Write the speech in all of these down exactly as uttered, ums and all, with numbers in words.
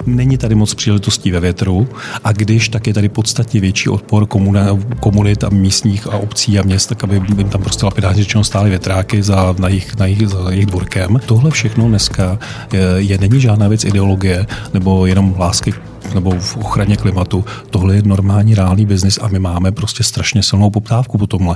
není tady moc příležitostí ve větru a když, tak je tady podstatně větší odpor komunit a místních a obcí a měst, tak aby jim tam prostě lapidárně řečeno stály větráky za, na jejich, na jejich, za jejich dvorkem. Tohle všechno dneska je, je není žádná věc ideologie nebo jenom lásky nebo v ochraně klimatu. Tohle je normální, reálný biznis a my máme prostě strašně silnou poptávku po tomhle.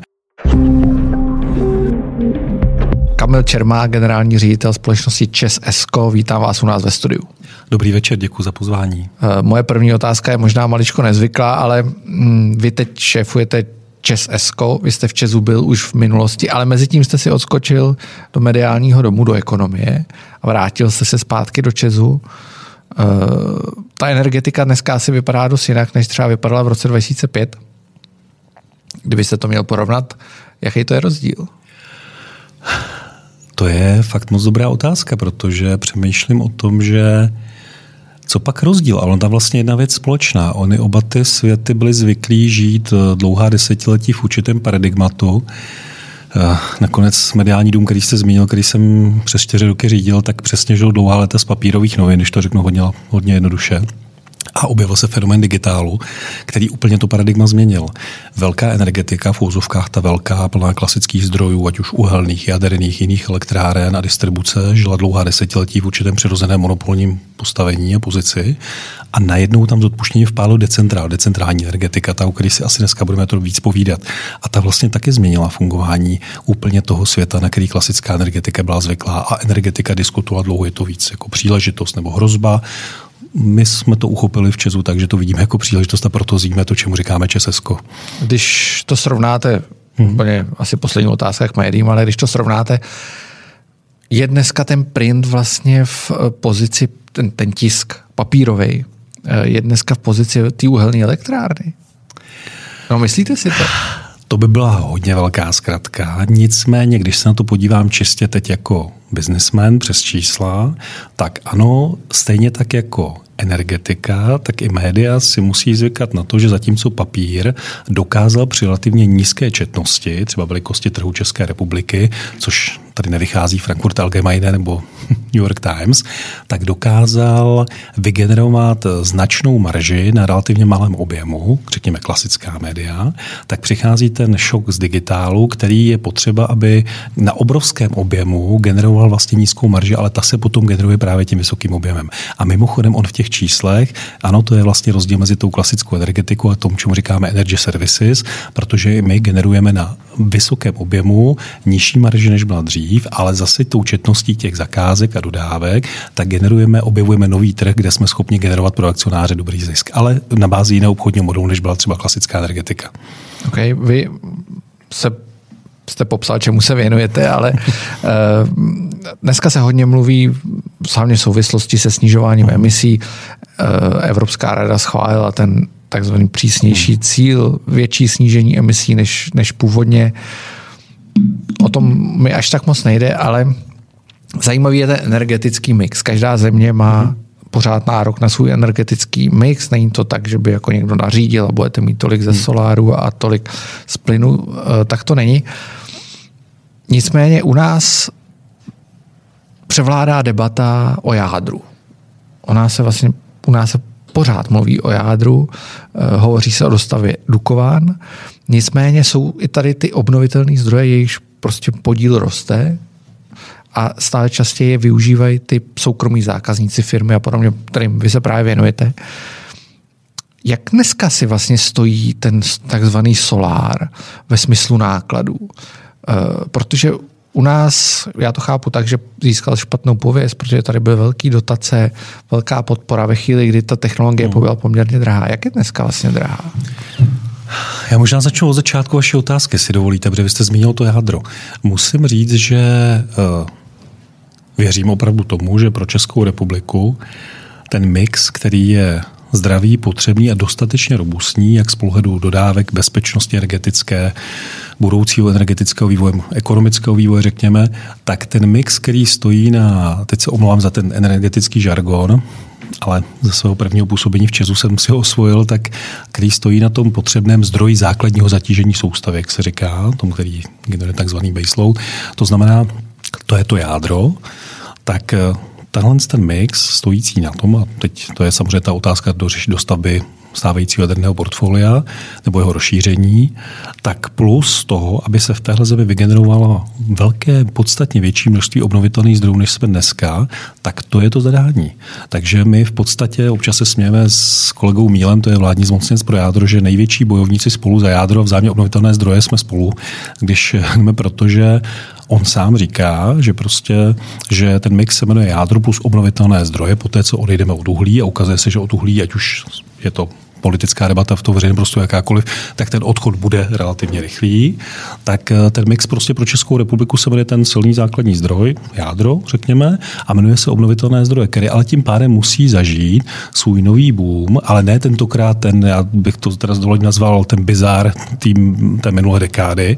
Kamil Čermák, generální ředitel společnosti ČEZ ESCO, vítám vás u nás ve studiu. Dobrý večer, děkuji za pozvání. Moje první otázka je možná maličko nezvyklá, ale vy teď šéfujete ČEZ ESCO, vy jste v ČEZu byl už v minulosti, ale mezi tím jste si odskočil do mediálního domu, do ekonomie a vrátil jste se zpátky do ČEZu. Ta energetika dneska asi vypadá dost jinak, než třeba vypadala v roce dva tisíce pět. Kdybyste to měl porovnat, jaký to je rozdíl? To je fakt moc dobrá otázka, protože přemýšlím o tom, že co pak rozdíl? A on tam vlastně jedna věc společná. Ony oba ty světy byly zvyklí žít dlouhá desetiletí v určitém paradigmatu. Nakonec mediální dům, který jste zmínil, který jsem přes čtyři roky řídil, tak přesně žil dlouhá léta z papírových novin, když to řeknu hodně, hodně jednoduše. A objevil se fenomén digitálu, který úplně to paradigma změnil. Velká energetika, v úzovkách ta velká, plná klasických zdrojů, ať už uhelných, jaderných, jiných elektráren a distribuce, žila dlouhá desetiletí v určitém přirozeném monopolním postavení a pozici. A najednou tam z odpuštění vpálilo decentrál, decentrální energetika, ta, o které si asi dneska budeme to víc povídat. A ta vlastně taky změnila fungování úplně toho světa, na který klasická energetika byla zvyklá. A energetika diskutovala dlouho, je to víc jako příležitost nebo hrozba. My jsme to uchopili v ČEZu, takže to vidíme jako příležitost a proto zjíme to, čemu říkáme ČEZ ESCO. Když to srovnáte, hmm. úplně asi poslední otázka k médiím, ale když to srovnáte, je dneska ten print vlastně v pozici, ten, ten tisk papírový, je dneska v pozici té uhelné elektrárny? No, myslíte si to? To by byla hodně velká zkratka. Nicméně, když se na to podívám čistě teď jako businessman přes čísla, tak ano, stejně tak jako energetika, tak i média si musí zvykat na to, že zatímco papír dokázal při relativně nízké četnosti, třeba velikosti trhu České republiky, což tady nevychází Frankfurt Allgemeine nebo New York Times, tak dokázal vygenerovat značnou marži na relativně malém objemu, řekněme klasická média, tak přichází ten šok z digitálu, který je potřeba, aby na obrovském objemu generoval vlastně nízkou marži, ale ta se potom generuje právě tím vysokým objemem. A mimochodem on v těch číslech, ano, to je vlastně rozdíl mezi tou klasickou energetikou a tomu, čemu říkáme energy services, protože my generujeme na vysokém objemu nižší marži, než byla dřív, ale zase tou četností těch zakázek a dodávek, tak generujeme, objevujeme nový trh, kde jsme schopni generovat pro akcionáře dobrý zisk, ale na bázi jiného obchodního modelu, než byla třeba klasická energetika. OK, vy se jste popsal, čemu se věnujete, ale dneska se hodně mluví hlavně v souvislosti se snižováním emisí. Evropská rada schválila ten takzvaný přísnější cíl, větší snížení emisí než, než původně. O tom mi až tak moc nejde, ale zajímavý je ten energetický mix. Každá země má pořád nárok na svůj energetický mix. Není to tak, že by jako někdo nařídil a budete mít tolik ze soláru a tolik z plynu. Tak to není. Nicméně u nás převládá debata o jádru. U nás se vlastně, u nás se pořád mluví o jádru, hovoří se o dostavě Dukován. Nicméně jsou i tady ty obnovitelné zdroje, jejichž prostě podíl roste a stále častěji je využívají ty soukromí zákazníci, firmy a podobně, kterým vy se právě věnujete. Jak dneska si vlastně stojí ten takzvaný solár ve smyslu nákladů? Protože u nás, já to chápu tak, že získal špatnou pověst, protože tady byly velké dotace, velká podpora ve chvíli, kdy ta technologie hmm. byla poměrně drahá. Jak je dneska vlastně drahá? Já možná začnu od začátku vaší otázky, si dovolíte, protože vy jste zmínil to jádro. Musím říct, že uh, věřím opravdu tomu, že pro Českou republiku ten mix, který je zdravý, potřebný a dostatečně robustní, jak z pohledu dodávek, bezpečnosti energetické, budoucího energetického vývoje, ekonomického vývoje, řekněme, tak ten mix, který stojí na, teď se omlouvám za ten energetický žargon, ale ze svého prvního působení v ČEZu jsem si ho osvojil, tak který stojí na tom potřebném zdroji základního zatížení soustavy, jak se říká, tomu, který generuje takzvaný baseload. To znamená, to je to jádro, tak tenhle ten mix stojící na tom, a teď to je samozřejmě ta otázka do, do stavby stávajícího jaderného portfolia nebo jeho rozšíření, tak plus toho, aby se v téhle zemi vygenerovalo velké, podstatně větší množství obnovitelných zdrojů, než jsme dneska, tak to je to zadání. Takže my v podstatě občas se smějeme s kolegou Mílem, to je vládní zmocněnec pro jádro, že největší bojovníci spolu za jádro a vzájemně obnovitelné zdroje jsme spolu, když jdeme, protože on sám říká, že prostě, že ten mix se jmenuje jádro plus obnovitelné zdroje, poté co odejdeme od uhlí a ukazuje se, že od uhlí, ať už je to politická debata v tom veřejném prostoru jakákoliv, tak ten odchod bude relativně rychlý. Tak ten mix prostě pro Českou republiku se jmenuje ten silný základní zdroj, jádro, řekněme, a jmenuje se obnovitelné zdroje, který ale tím pádem musí zažít svůj nový boom, ale ne tentokrát ten, já bych to teda dovolím nazval ten bizár tým té minulé dekády,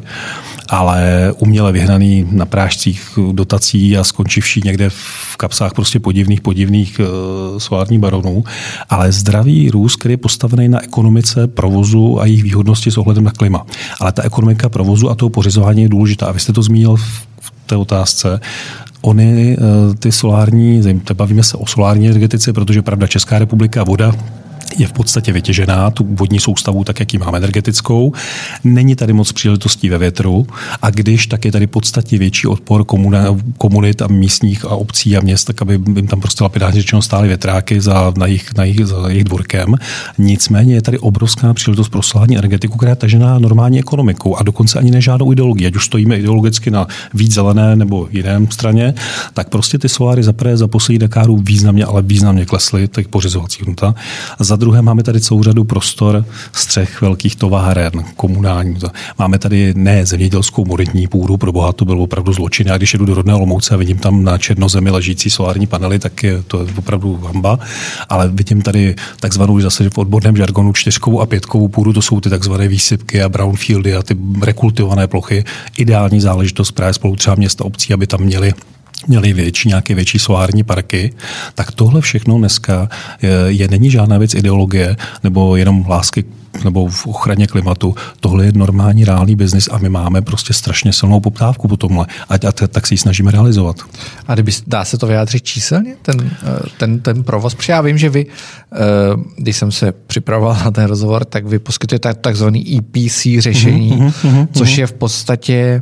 ale uměle vyhnaný na prášcích dotací a skončivší někde v kapsách prostě podivných, podivných uh, solárních baronů, ale zdravý růst, který je postavený na ekonomice provozu a jejich výhodnosti s ohledem na klima. Ale ta ekonomika provozu a toho pořizování je důležitá. A vy jste to zmínil v té otázce. Ony, ty solární, bavíme se o solární energetice, protože pravda Česká republika, voda je v podstatě vytěžená, tu vodní soustavu, tak jak ji máme energetickou. Není tady moc příležitostí ve větru a když, tak je tady podstatně větší odpor komunit a místních a obcí a měst, tak aby jim tam prostě lapidárně řečeno stály větráky za, na jejich, na jejich, za jejich dvorkem. Nicméně je tady obrovská příležitost pro solární energetiku, která je tažená normální ekonomikou a dokonce ani nežádnou ideologii. Ať už stojíme ideologicky na víc zelené nebo jiném straně, tak prostě ty soláry zaprvé za poslední dekádu významně, ale významně klesly, tak pořizovací hodnota. Za druhé máme tady celou řadu prostor střech velkých továren, komunální. Máme tady ne zemědělskou moditní půdu, pro boha to bylo opravdu zločin. Já když jedu do rodného Olomouce a vidím tam na černozemi ležící solární panely, tak je to opravdu hamba. Ale vidím tady takzvanou zase v odborném žargonu čtyřkovou a pětkovou půdu, to jsou ty takzvané výsypky a brownfieldy a ty rekultivované plochy. Ideální záležitost právě spolu třeba města obcí, aby tam měli měli větší, nějaké větší solární parky, tak tohle všechno dneska je, je není žádná věc ideologie nebo jenom lásky nebo v ochraně klimatu. Tohle je normální, reálný biznis a my máme prostě strašně silnou poptávku po tomhle. A, a tak se ji snažíme realizovat. A kdyby, dá se to vyjádřit číselně, ten, ten, ten provoz? Protože já vím, že vy, když jsem se připravoval na ten rozhovor, tak vy poskytujete takzvaný E P C řešení, mm-hmm, mm-hmm, což je v podstatě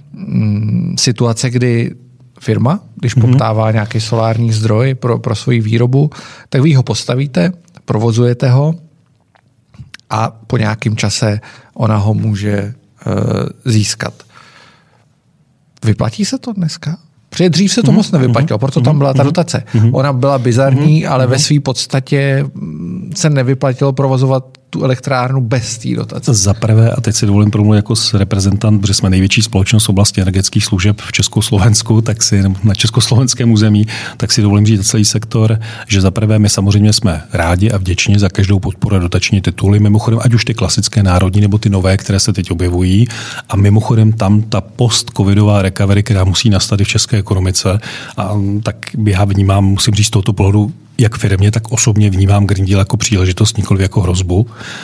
mm, situace, kdy firma, když mm-hmm. poptává nějaký solární zdroj pro, pro svoji výrobu, tak vy ho postavíte, provozujete ho a po nějakém čase ona ho může uh, získat. Vyplatí se to dneska? Protože dřív se to mm-hmm. moc nevyplatilo, proto tam byla ta dotace. Mm-hmm. Ona byla bizarní, mm-hmm. ale ve své podstatě se nevyplatilo provozovat tu elektrárnu bez té dotace. Za prvé, a teď si dovolím promluvit jako reprezentant, protože jsme největší společnost v oblasti energetických služeb v Československu, tak si na československém území, tak si dovolím říct celý sektor, že za prvé my samozřejmě jsme rádi a vděční za každou podporu a dotační tituly, mimochodem ať už ty klasické národní nebo ty nové, které se teď objevují, a mimochodem tam ta post-covidová recovery, která musí nastat i v české ekonomice, a tak já vnímám, musím říct z tohoto pohledu, jak firmě, tak osobně vnímám Green Deal jako příležitost, nikoliv jako hrozbu.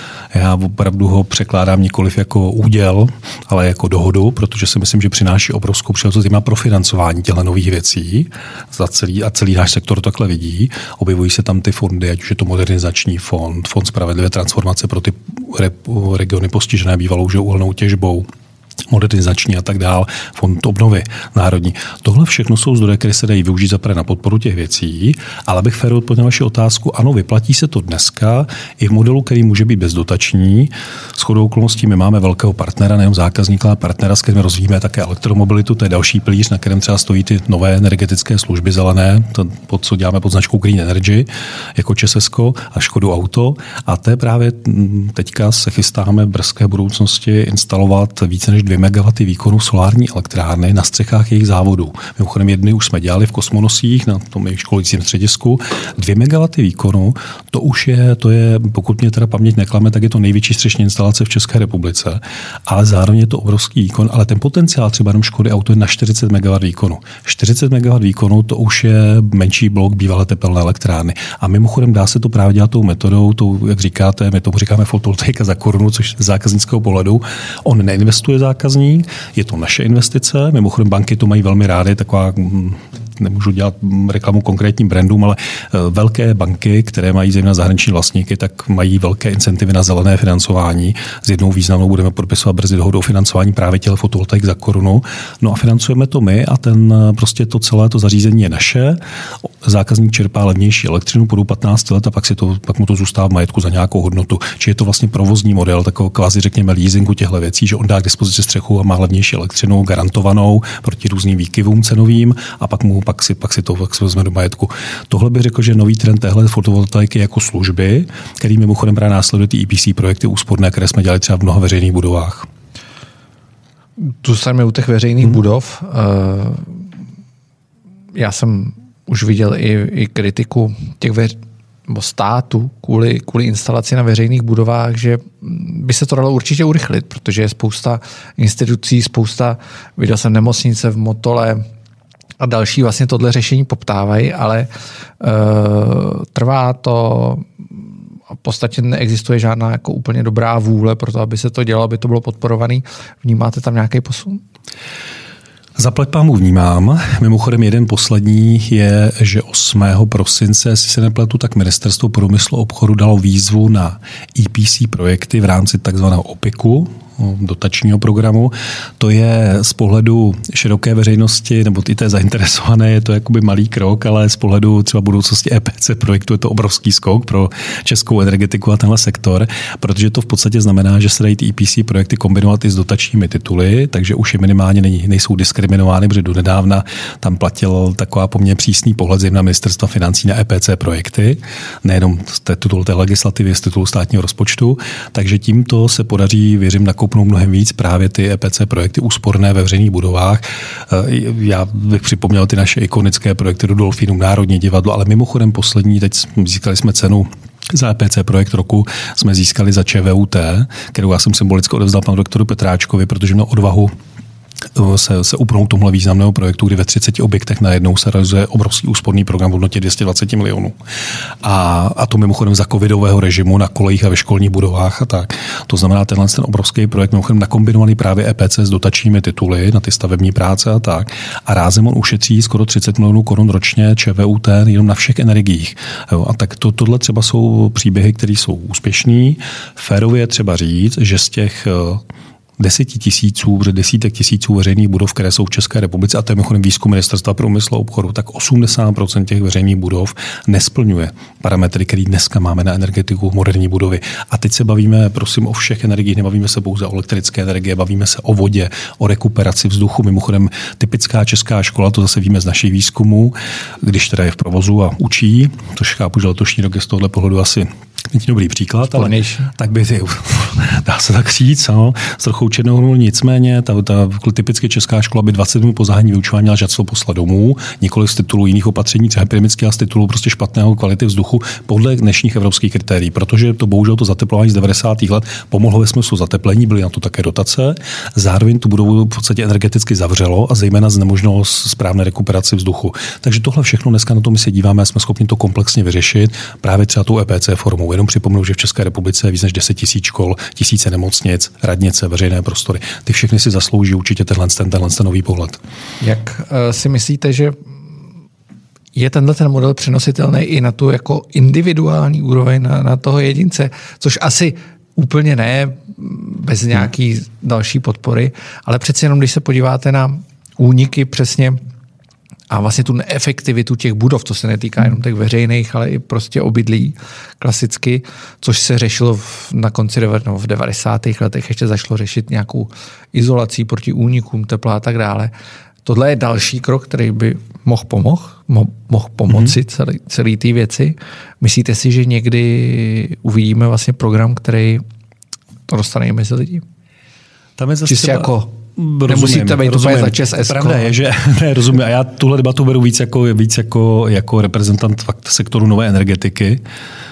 Já opravdu ho překládám nikoliv jako úděl, ale jako dohodu, protože si myslím, že přináší obrovskou příležitost má pro financování těchto nových věcí. Za celý, a celý náš sektor to takhle vidí. Objevují se tam ty fondy, ať už je to modernizační fond, fond spravedlivé transformace pro ty re, regiony postižené bývalou že uhelnou těžbou, modernizační a tak dál, fond obnovy národní. Tohle všechno jsou zdroje, které se dají využít zaprvé na podporu těch věcí, ale abych férově odpověděl na vaši otázku, ano, vyplatí se to dneska i v modelu, který může být bezdotační. Shodou okolností my máme velkého partnera, nejen zákazníka, ale partnera, s kterým rozvíjíme také elektromobilitu, to je další pilíř, na kterém třeba stojí ty nové energetické služby zelené, to, pod co děláme pod značkou Green Energy, jako Česko a Škodu Auto. A to je právě teďka se chystáme v brzké budoucnosti instalovat více než dvě megawaty výkonu solární elektrárny na střechách jejich závodů. Mimochodem jedny už jsme dělali v Kosmonosích na tom jejich školicím středisku. Dvě megawaty výkonu, to už je, to je, pokud mě teda paměť neklame, tak je to největší střešní instalace v České republice, ale zároveň je to obrovský výkon, ale ten potenciál třeba jenom Škody Auto je na čtyřicet megawattů výkonu. čtyřicet megawattů výkonu, to už je menší blok bývalé tepelné elektrárny. A mimochodem dá se to právě dělat tou metodou, tou, jak říkáte, my tomu říkáme fotovoltaika za korunu, což z zákaznického pohledu. On neinvestuje zákazník, je to naše investice, mimochodem banky to mají velmi rády, taková nemůžu dělat reklamu konkrétním brandům, ale velké banky, které mají zejména zahraniční vlastníky, tak mají velké incentivy na zelené financování. S jednou významnou budeme podpisovat brzy dohodu o financování právě těch fotovoltaik za korunu. No a financujeme to my a ten prostě to celé to zařízení je naše. Zákazník čerpá levnější elektřinu po patnáct let a pak, si to, pak mu to zůstává v majetku za nějakou hodnotu. Či je to vlastně provozní model, takového kvázi řekněme leasingu těchto věcí, že on dá k dispozici střechu a má levnější elektřinu garantovanou proti různým výkyvům cenovým a pak mu pak si, pak si to pak si vezme do majetku. Tohle bych řekl, že nový trend téhle fotovoltaiky jako služby, který mimochodem právě následuje ty E P C projekty úsporné, které jsme dělali třeba v mnoha veřejných budovách. Zůstaneme u těch veřejných hmm. budov. Já jsem už viděl i, i kritiku těch veř... nebo státu kvůli, kvůli instalaci na veřejných budovách, že by se to dalo určitě urychlit, protože je spousta institucí, spousta, viděl jsem nemocnice v Motole a další vlastně tohle řešení poptávají, ale uh, trvá to a v podstatě neexistuje žádná jako úplně dobrá vůle pro to, aby se to dělalo, aby to bylo podporované. Vnímáte tam nějaký posun? Zaplať pámu vnímám. Mimochodem jeden poslední je, že osmého prosince, jestli se nepletu, tak Ministerstvo průmyslu a obchodu dalo výzvu na E P C projekty v rámci takzvaného O P I K u, dotačního programu. To je z pohledu široké veřejnosti, nebo i té zainteresované, je to jakoby malý krok, ale z pohledu třeba budoucnosti E P C projektu je to obrovský skok pro českou energetiku a tenhle sektor, protože to v podstatě znamená, že se dají ty E P C projekty kombinovat i s dotačními tituly, takže už je minimálně nejsou diskriminovány, protože donedávna tam platil taková poměrně přísný pohled zejména Ministerstva financí na E P C projekty, nejenom z titulu té legislativy, z titulu státního rozpočtu, takže tímto se podaří, věřím, na koupnou mnohem víc právě ty E P C projekty úsporné ve veřejných budovách. Já bych připomněl ty naše ikonické projekty do Dolfínů, Národní divadlo, ale mimochodem poslední, teď získali jsme cenu za E P C projekt roku, jsme získali za Č V U T, kterou já jsem symbolicky odevzdal panu doktoru Petráčkovi, protože měl odvahu se, se upnout tomhle významného projektu, kdy ve třiceti objektech najednou se realizuje obrovský úsporný program v hodnotě dvě stě dvacet milionů. A, a to mimochodem za covidového režimu na kolejích a ve školních budovách a tak. To znamená, tenhle ten obrovský projekt mimochodem nakombinovaný právě E P C s dotačními tituly na ty stavební práce a tak. A rázem on ušetří skoro třicet milionů korun ročně Č V U T jenom na všech energiích. Jo, a tak to, tohle třeba jsou příběhy, které jsou úspěšný. Férově je třeba říct, že z těch deseti tisíců, desítek tisíců veřejných budov, které jsou v České republice, a to je mimochodem výzkum Ministerstva průmyslu a obchodu, tak osmdesát procent těch veřejných budov nesplňuje parametry, které dneska máme na energetiku v moderní budovy. A teď se bavíme, prosím, o všech energiích, nebavíme se pouze o elektrické energie, bavíme se o vodě, o rekuperaci vzduchu. Mimochodem typická česká škola, to zase víme z našich výzkumů, když teda je v provozu a učí, tož chápu, že letošní rok je z tohohle pohledu asi není dobrý příklad, ale tak by dá se tak říct, no, s trochou černou hmou, nicméně ta, ta typicky česká škola by dvacet minut po zahájení vyučování měla žáctvo poslat domů, nikoli z titulu jiných opatření, třeba epidemických, a z titulu prostě špatného kvality vzduchu podle dnešních evropských kritérií, protože to bohužel to zateplování z devadesátých let pomohlo ve smyslu zateplení, byly na to také dotace, zároveň tu budovu v podstatě energeticky zavřelo a zejména znemožnilo správné rekuperaci vzduchu. Takže tohle všechno dneska na to my se díváme a jsme schopni to komplexně vyřešit právě třeba tou E P C formou. Jenom připomenu, že v České republice je víc než deset tisíc škol, tisíce nemocnic, radnice, veřejné prostory. Ty všechny si zaslouží určitě tenhle, ten, tenhle ten nový pohled. Jak uh, si myslíte, že je tenhle ten model přenositelný i na tu jako individuální úroveň, na, na toho jedince, což asi úplně ne bez nějaký hmm. další podpory, ale přeci jenom, když se podíváte na úniky přesně a vlastně tu neefektivitu těch budov, to se netýká jenom těch veřejných, ale i prostě obydlí klasicky, což se řešilo v, na konci no, v devadesátých letech, ještě začalo řešit nějakou izolací proti únikům tepla a tak dále. Tohle je další krok, který by mohl pomoct, mo, mohl pomoci mm-hmm. celý, celý té věci. Myslíte si, že někdy uvidíme vlastně program, který to dostane i mezi lidi? Tam je zase čistě třeba... jako Rozumím, nemusíte být úplně za ČES. Pravda je, že ne, rozumím. A já tuhle debatu beru víc jako, víc jako, jako reprezentant fakt sektoru nové energetiky,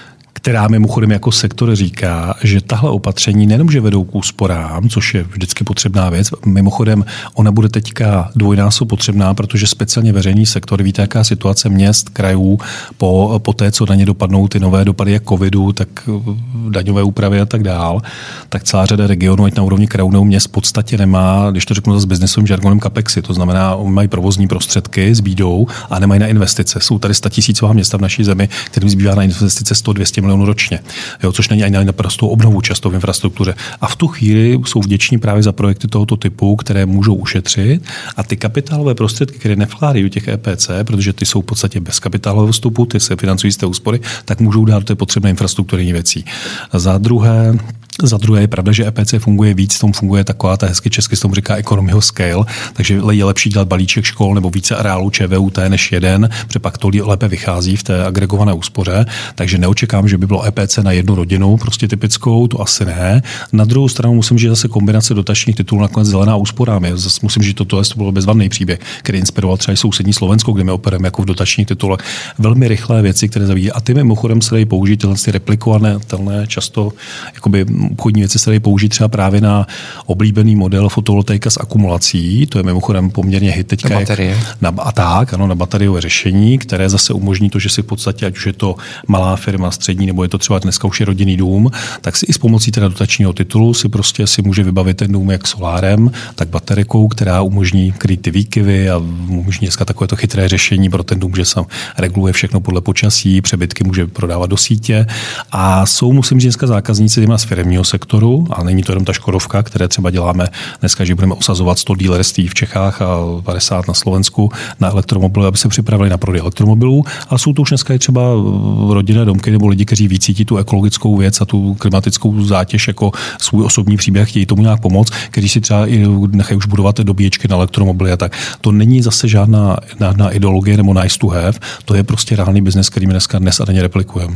která mimochodem jako sektor říká, že tahle opatření nejenom, že vedou k úsporám, což je vždycky potřebná věc, mimochodem ona bude teďka dvojnásob potřebná, protože speciálně veřejný sektor, víte, jaká situace měst, krajů, po, po té, co na ně dopadnou ty nové dopady jak covidu, tak daňové úpravy a tak dál, tak celá řada regionů, ať na úrovni krajů nebo měst v podstatě nemá, když to řeknu s biznesovým žargonem, kapexy, to znamená, mají provozní prostředky s bídou a nemají na investice. Jsou tady statisícová města v naší zemi, kterým zbývá na investice sto dvě stě milionů ročně, jo, což není ani na prostou obnovu často v infrastruktuře. A v tu chvíli jsou vděční právě za projekty tohoto typu, které můžou ušetřit a ty kapitálové prostředky, které nevkládají do těch E P C, protože ty jsou v podstatě bez kapitálového vstupu, ty se financují z té úspory, tak můžou dát do té potřebné infrastrukturní věcí. Za druhé, Za druhé je pravda, že E P C funguje víc, tom funguje taková ta hezky česky, s tomu říká economy of scale, takže je lepší dělat balíček škol nebo více areálů ČVUT než jeden, protože pak to lépe vychází v té agregované úspoře, takže neočekám, že by bylo E P C na jednu rodinu, prostě typickou, to asi ne. Na druhou stranu musím říct zase kombinace dotačních titulů nakonec zelená úspora. Zase musím říct, toto to bylo bezvadný příběh, který inspiroval třeba i sousední Slovensko, kde my operujeme jako v dotačních titulech. Velmi rychlé věci, které zavíjí. A ty mimochodem se dají použít, tyhle ty replikované, často jakoby obchodní věci se dají použít třeba právě na oblíbený model fotovoltaika s akumulací. To je mimochodem poměrně hit teďka. Na baterie. Na, a tak, ano, na bateriové řešení, které zase umožní to, že si v podstatě, ať už je to malá firma, střední, nebo je to třeba dneska už je rodinný dům, tak si i s pomocí teda dotačního titulu si prostě si může vybavit ten dům jak solárem, tak baterikou, která umožní krýt ty výkyvy a umožní dneska takovéto chytré řešení pro ten dům, že se reguluje všechno podle počasí, přebytky může prodávat do sítě. A jsou, musím říct, dneska zákazníci zejména z firemního sektoru, a není to jenom ta Škodovka, které třeba děláme dneska, že budeme osazovat sto dílerství v Čechách a padesát na Slovensku na elektromobily, aby se připravili na prodej elektromobilů. A jsou to už dneska i třeba rodinné domky nebo lidi, kteří víc cítí tu ekologickou věc a tu klimatickou zátěž jako svůj osobní příběh, chtějí tomu nějak pomoct, kteří si třeba i nechají už budovat dobíječky na elektromobily a tak. To není zase žádná, žádná ideologie nebo nice to have, to je prostě reálný biznes, který my dneska dnes a denně replikujeme.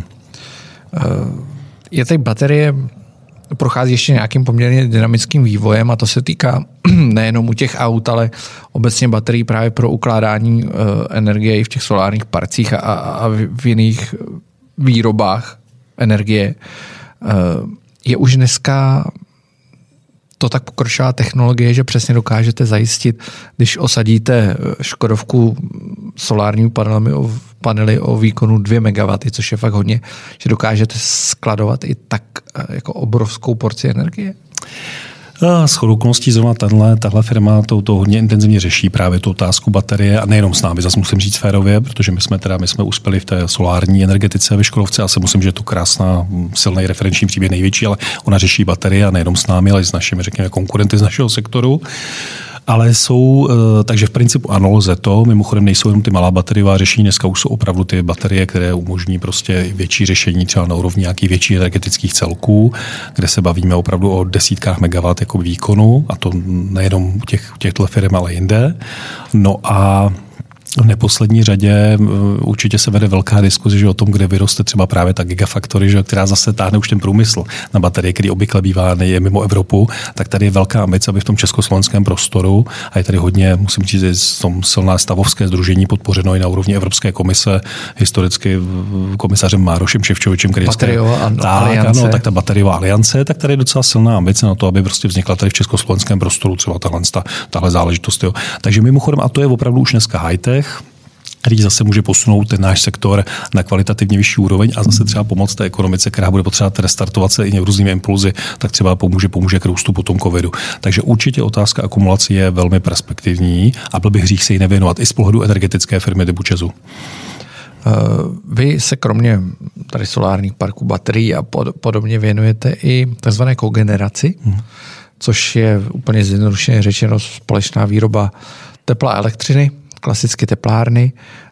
Je tady baterie prochází ještě nějakým poměrně dynamickým vývojem a to se týká nejenom u těch aut, ale obecně baterií právě pro ukládání uh, energie i v těch solárních parcích a, a v jiných výrobách energie. Uh, je už dneska to tak pokročilá technologie, že přesně dokážete zajistit, když osadíte Škodovku solárními panely o, panely o výkonu dvě megawaty, což je fakt hodně, že dokážete skladovat i tak jako obrovskou porci energie? Shodou okolností zrovna tahle, tahle firma to, to hodně intenzivně řeší právě tu otázku baterie a nejenom s námi, zase musím říct férově, protože my jsme teda my jsme uspěli v té solární energetice ve Škodovce a se musím, že je to krásná, silný referenční příběh největší, ale ona řeší baterie a nejenom s námi, ale i s našimi, řekněme, konkurenty z našeho sektoru. Ale jsou, takže v principu ano, lze to. Mimochodem nejsou jenom ty malá bateriová řešení, dneska už jsou opravdu ty baterie, které umožní prostě větší řešení třeba na úrovni nějakých větších energetických celků, kde se bavíme opravdu o desítkách megawatt jako výkonu, a to nejenom u těch, u těchto firm, ale jinde. No a v neposlední řadě určitě se vede velká diskuze, že o tom, kde vyroste třeba právě ta gigafactory, že, která zase táhne už ten průmysl na baterie, který obvykle bývá je mimo Evropu, tak tady je velká ambice, aby v tom československém prostoru, a je tady hodně, musím říct, v tom silná stavovské sdružení podpořeno i na úrovni Evropské komise, historicky komisařem Márošem Ševčovičem, který Bateriová tak, aliance. Ano, tak ta bateriová aliance, tak tady je docela silná ambice na to, aby prostě vznikla tady v československém prostoru třeba tahle, tahle záležitost. Jo. Takže mimochodem, a to je opravdu už dneska high-tech, který zase může posunout ten náš sektor na kvalitativně vyšší úroveň a zase třeba pomoct té ekonomice, která bude potřebovat restartovat se i různými impulzy, tak třeba pomůže, pomůže k růstu po tom covidu. Takže určitě otázka akumulace je velmi perspektivní a byl bych hřích se jí nevěnovat i z pohledu energetické firmy typu ČEZu. Vy se kromě tady solárních parků, baterií a podobně věnujete i takzvané kogeneraci, hmm. což je úplně zjednodušeně řečeno společná výroba tepla a elektřiny, klasicky teplárny.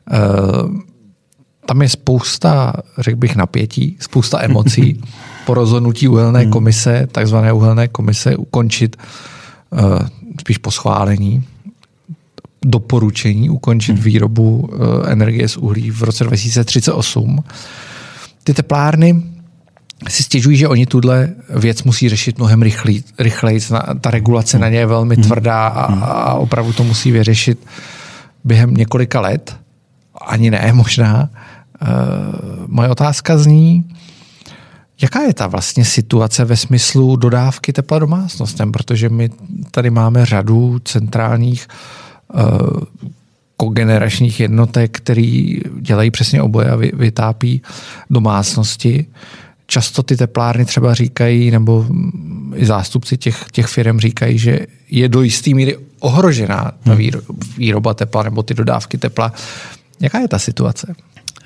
Tam je spousta, řekl bych, napětí, spousta emocí po rozhodnutí uhelné komise, takzvané uhelné komise, ukončit, spíš po schválení, doporučení ukončit výrobu energie z uhlí v roce dva tisíce třicet osm. Ty teplárny si stěžují, že oni tuhle věc musí řešit mnohem rychleji. rychleji. Ta regulace na ně je velmi tvrdá a, a opravdu to musí vyřešit během několika let. Ani ne, možná. E, moje otázka zní, Jaká je ta vlastně situace ve smyslu dodávky tepla domácnostem? Protože my tady máme řadu centrálních uh, kogeneračních jednotek, který dělají přesně oboje a vytápí domácnosti. Často ty teplárny třeba říkají, nebo i zástupci těch, těch firm říkají, že je do jisté míry ohrožená ta výroba tepla nebo ty dodávky tepla. Jaká je ta situace?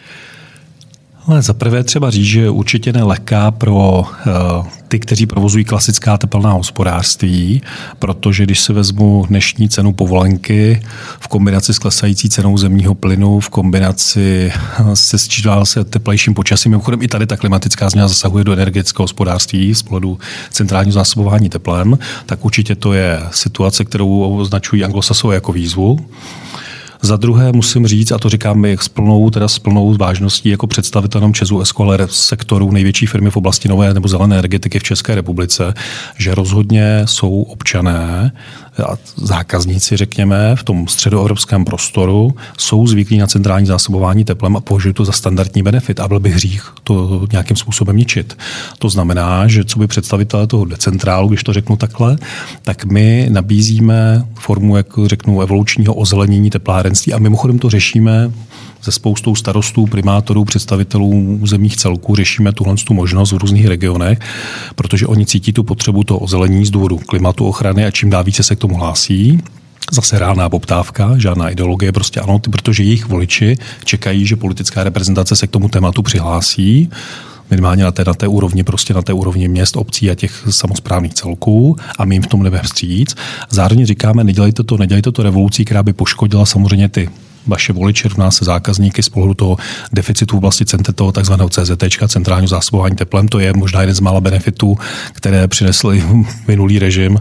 Ale za prvé třeba říct, že určitě nelehká pro uh, ty, kteří provozují klasická tepelná hospodářství, protože když si vezmu dnešní cenu povolenky v kombinaci s klesající cenou zemního plynu, v kombinaci se sčítá se teplejším počasím, mimochodem i tady ta klimatická změna zasahuje do energetického hospodářství z pohledu centrálního zásobování teplem, tak určitě to je situace, kterou označují Anglosasové jako výzvu. Za druhé musím říct, a to říkám s plnou, teda s plnou vážností jako představitelem ČEZu, ESCO, ale sektoru největší firmy v oblasti nové nebo zelené energetiky v České republice, že rozhodně jsou občané a zákazníci, řekněme, v tom středoevropském prostoru jsou zvyklí na centrální zásobování teplem a považují to za standardní benefit a byl bych hřích to nějakým způsobem ničit. To znamená, že co by představitelé toho decentrálu, když to řeknu takhle, tak my nabízíme formu, jak řeknu, evolučního ozelenění teplárenství a mimochodem to řešíme se spoustou starostů, primátorů, představitelů územních celků, řešíme tuhle tu možnost v různých regionech, protože oni cítí tu potřebu toho ozelení z důvodu klimatu, ochrany a čím dál více se k tomu hlásí. Zase reálná poptávka, žádná ideologie, prostě ano, protože jejich voliči čekají, že politická reprezentace se k tomu tématu přihlásí, minimálně na té, na té úrovni, prostě na té úrovni měst, obcí a těch samosprávných celků a my jim v tom jdeme vstříc. Zároveň říkáme, nedělejte to, nedělejte to revolucí, která by poškodila samozřejmě ty vaše voliče, rovná se zákazníky z pohledu toho deficitu v oblasti toho takzvaného C Z T, centrálního zásobování teplem. To je možná jeden z mála benefitů, které přinesl minulý režim.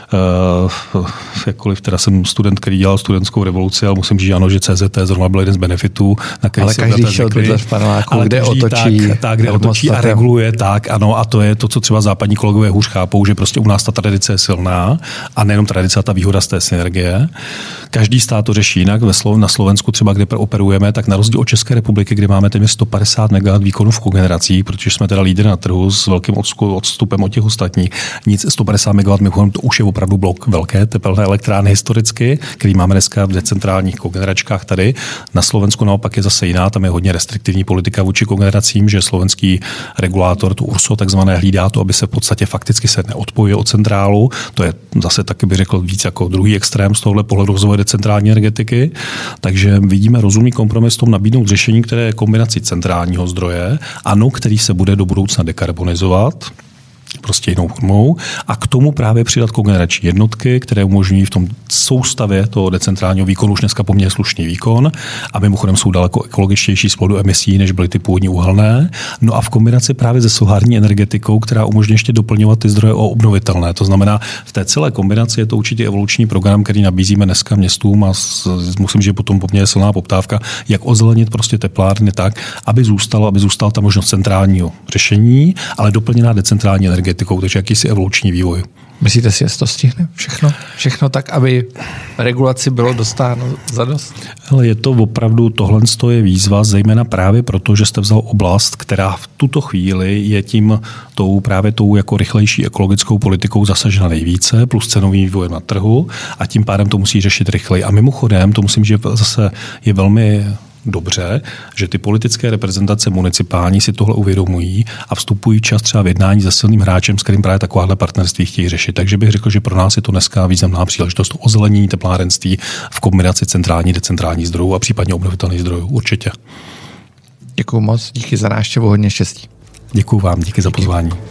Uh, jakkoliv teda jsem student, který dělal studentskou revoluci, ale musím říct, ano, že C Z T zrovna byl jeden z benefitů, na který ale se každý šel bydlet v paneláku, ale kde otočí. Tak, tak kde otočí a reguluje, tak ano, a to je to, co třeba západní kolegové hůř chápou, že prostě u nás ta tradice je silná a nejenom tradice, a ta výhoda z té synergie. Každý stát to řeší jinak. Ve Slo- na Slovensku třeba, kde operujeme, tak na rozdíl od České republiky, kde máme téměř sto padesát megawattů výkonů v kogeneracích, protože jsme teda lídr na trhu s velkým odstupem od těch ostatních. Nic sto padesát megawattů, to už je opravdu blok velké tepelné elektrárny historicky, který máme dneska v decentrálních kogeneračkách tady. Na Slovensku naopak je zase jiná, tam je hodně restriktivní politika vůči kogeneracím, že slovenský regulátor, tu URSO takzvané, hlídá to, aby se v podstatě fakticky se neodpojuje od centrálu. To je zase taky bych řekl víc jako druhý extrém z tohohle pohledu rozvoje decentrální energetiky. Takže vidíme rozumný kompromis v tom nabídnout řešení, které je kombinací centrálního zdroje, ano, který se bude do budoucna dekarbonizovat, prostě jinou formou, a k tomu právě přidat kogenerační jednotky, které umožňují v tom soustavě toho decentrálního výkonu už dneska poměrně slušný výkon a mimochodem jsou daleko ekologičtější z pohledu emisí, než byly ty původní uhelné. No a v kombinaci právě se solární energetikou, která umožňuje ještě doplňovat ty zdroje o obnovitelné. To znamená, v té celé kombinaci je to určitě evoluční program, který nabízíme dneska městům a musím, že je potom poměrně silná poptávka, jak ozelenit prostě teplárny tak, aby zůstalo, aby zůstala ta možnost centrálního řešení, ale doplněná decentrální energetikou, takže jakýsi evoluční vývoj. Myslíte si, jestli to stihne všechno? Všechno tak, aby regulaci bylo dostáno zadost? Ale je to opravdu, tohle je výzva, zejména právě proto, že jste vzal oblast, která v tuto chvíli je tím tou právě tou jako rychlejší ekologickou politikou zasažena nejvíce, plus cenový vývoj na trhu a tím pádem to musí řešit rychleji. A mimochodem, to musím, že zase je velmi dobře, že ty politické reprezentace municipální si tohle uvědomují a vstupují čas třeba v jednání se silným hráčem, s kterým právě takováhle partnerství chtějí řešit. Takže bych řekl, že pro nás je to dneska významná příležitost ozelenění teplárenství v kombinaci centrální, decentrální zdrojů a případně obnovitelných zdrojů. Určitě. Děkuju moc, díky za návštěvu, hodně štěstí. Děkuju vám, díky za pozvání.